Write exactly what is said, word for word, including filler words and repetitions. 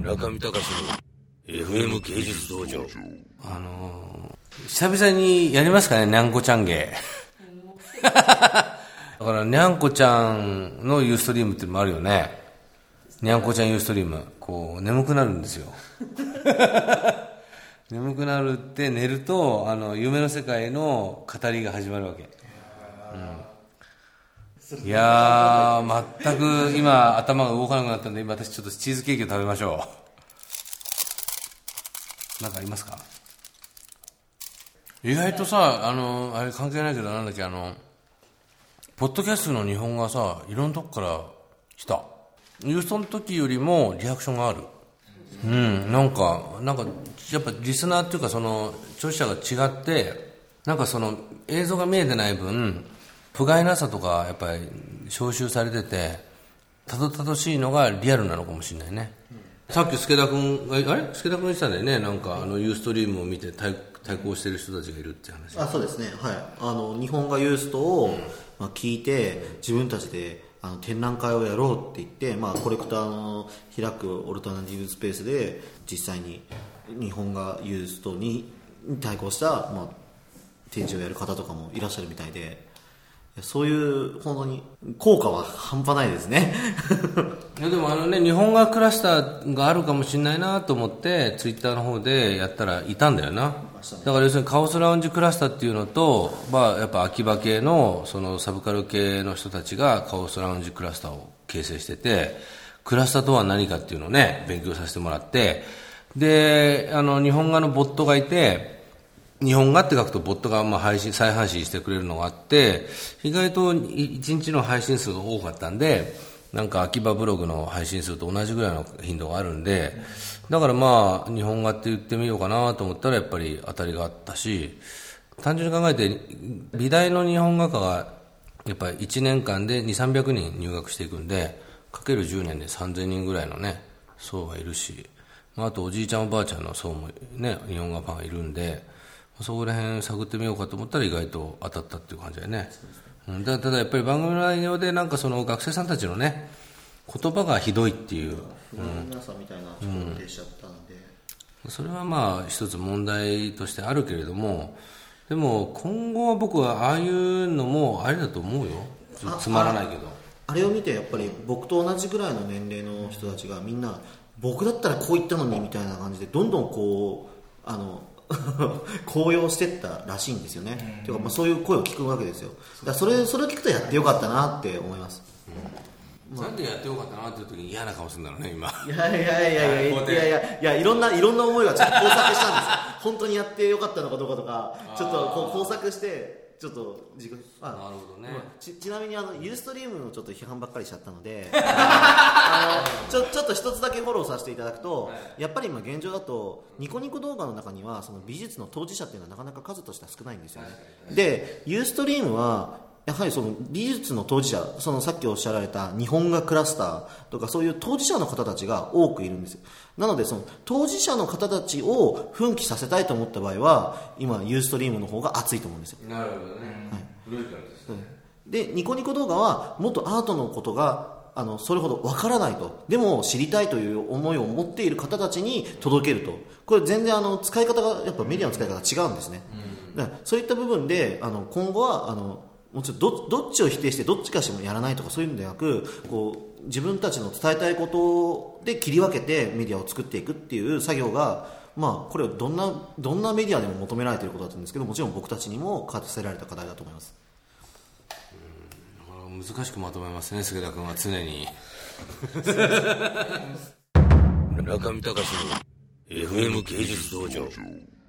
中見隆の エフエム 芸術道場。 あのー、久々にやりますかね、にゃんこちゃん芸。だからにゃんこちゃんのユーストリームっていうのもあるよね。にゃんこちゃんユーストリーム、こう眠くなるんですよ。眠くなるって寝ると、あの夢の世界の語りが始まるわけ。うん、いやー、全く今頭が動かなくなったんで、今私ちょっとチーズケーキを食べましょう。なんかありますか？意外とさ、あのあれ関係ないけど、なんだっけ、あのポッドキャストの日本がさ、いろんなとこから来た。ユーストの時よりもリアクションがある。うん、なんかなんかやっぱリスナーっていうか、その聴取者が違って、なんかその映像が見えてない分、不甲斐なさとかやっぱり招集されてて、たどたどしいのがリアルなのかもしれないね。うん、さっき助田君が、あれ助田君言ってたんだよね、なんかあのユーストリームを見て対対抗してる人たちがいるって話。 あ、そうですね、はい、あの日本がユーストを、うん、まあ、聞いて、自分たちであの展覧会をやろうって言って、まあ、コレクターの開くオルタナティブスペースで実際に日本がユーストに対抗した、まあ、展示をやる方とかもいらっしゃるみたいで、そういう本当に効果は半端ないですね。 いやでもあのね、日本画クラスターがあるかもしれないなと思ってツイッターの方でやったらいたんだよな。だから要するにカオスラウンジクラスターっていうのと、まあ、やっぱ秋葉系のそのサブカル系の人たちがカオスラウンジクラスターを形成してて、クラスターとは何かっていうのをね勉強させてもらって、であの日本画のボットがいて、日本画って書くとボットがまあ配信再配信してくれるのがあって、意外といちにちの配信数が多かったんで、なんか秋葉ブログの配信数と同じぐらいの頻度があるんで、だからまあ日本画って言ってみようかなと思ったらやっぱり当たりがあったし、単純に考えて美大の日本画科がやっぱりいちねんかんでにせんさんびゃくにん入学していくんで、かけるじゅうねんでさんぜんにんぐらいのね層がいるし、あとおじいちゃんおばあちゃんの層もね日本画ファンがいるんで、そこら辺探ってみようかと思ったら意外と当たったっていう感じだよね。うん、だただやっぱり番組の内容でなんかその学生さんたちのね言葉がひどいっていう、 皆さんみたいな人が出しちゃったんで、 うん、それはまあ一つ問題としてあるけれども、でも今後は僕はああいうのもありだと思うよ。つまらないけど、 あ, あれを見てやっぱり僕と同じぐらいの年齢の人たちがみんな、僕だったらこう言ったのにみたいな感じでどんどんこうあの高揚してったらしいんですよね。うん、ていうかまあそういう声を聞くわけですよ。だからそれそれを聞くとやってよかったなって思います。 うん、まあ、なんでやってよかったなっていう時に嫌な顔するんだろうね今。 いやいやいやいやいやいやいやいや、いろんないろんな思いがちょっと交錯したんですよ。本当にやってよかったのかどうかとか、ちょっとこう交錯してちょっと自己あなるほどね。 ち, ちなみにあのユーストリームのちょっと批判ばっかりしちゃったのであのちょちょっと一つだけフォローさせていただくと、はい、やっぱり今現状だとニコニコ動画の中にはその美術の当事者っていうのはなかなか数としては少ないんですよね。はい、でユーストリームはやはりその美術の当事者、そのさっきおっしゃられた日本画クラスターとかそういう当事者の方たちが多くいるんですよ。なのでその当事者の方たちを奮起させたいと思った場合は今ユーストリームの方が熱いと思うんですよ。 なるほどね。はい、ロジカルですね。 でニコニコ動画はもっとアートのことがあのそれほどわからないと、でも知りたいという思いを持っている方たちに届けると、これ全然あの使い方がやっぱメディアの使い方が違うんですね。うん、だからそういった部分であの今後はあのもちろん ど, どっちを否定してどっちかしもやらないとかそういうんではなく、こう自分たちの伝えたいことで切り分けてメディアを作っていくっていう作業が、まあ、これをどんなどんなメディアでも求められていることだと思うんですけど、もちろん僕たちにも課せられた課題だと思います。 うん、難しくまとめますね、菅田君は常に。 中見隆の エフエム 芸術道場。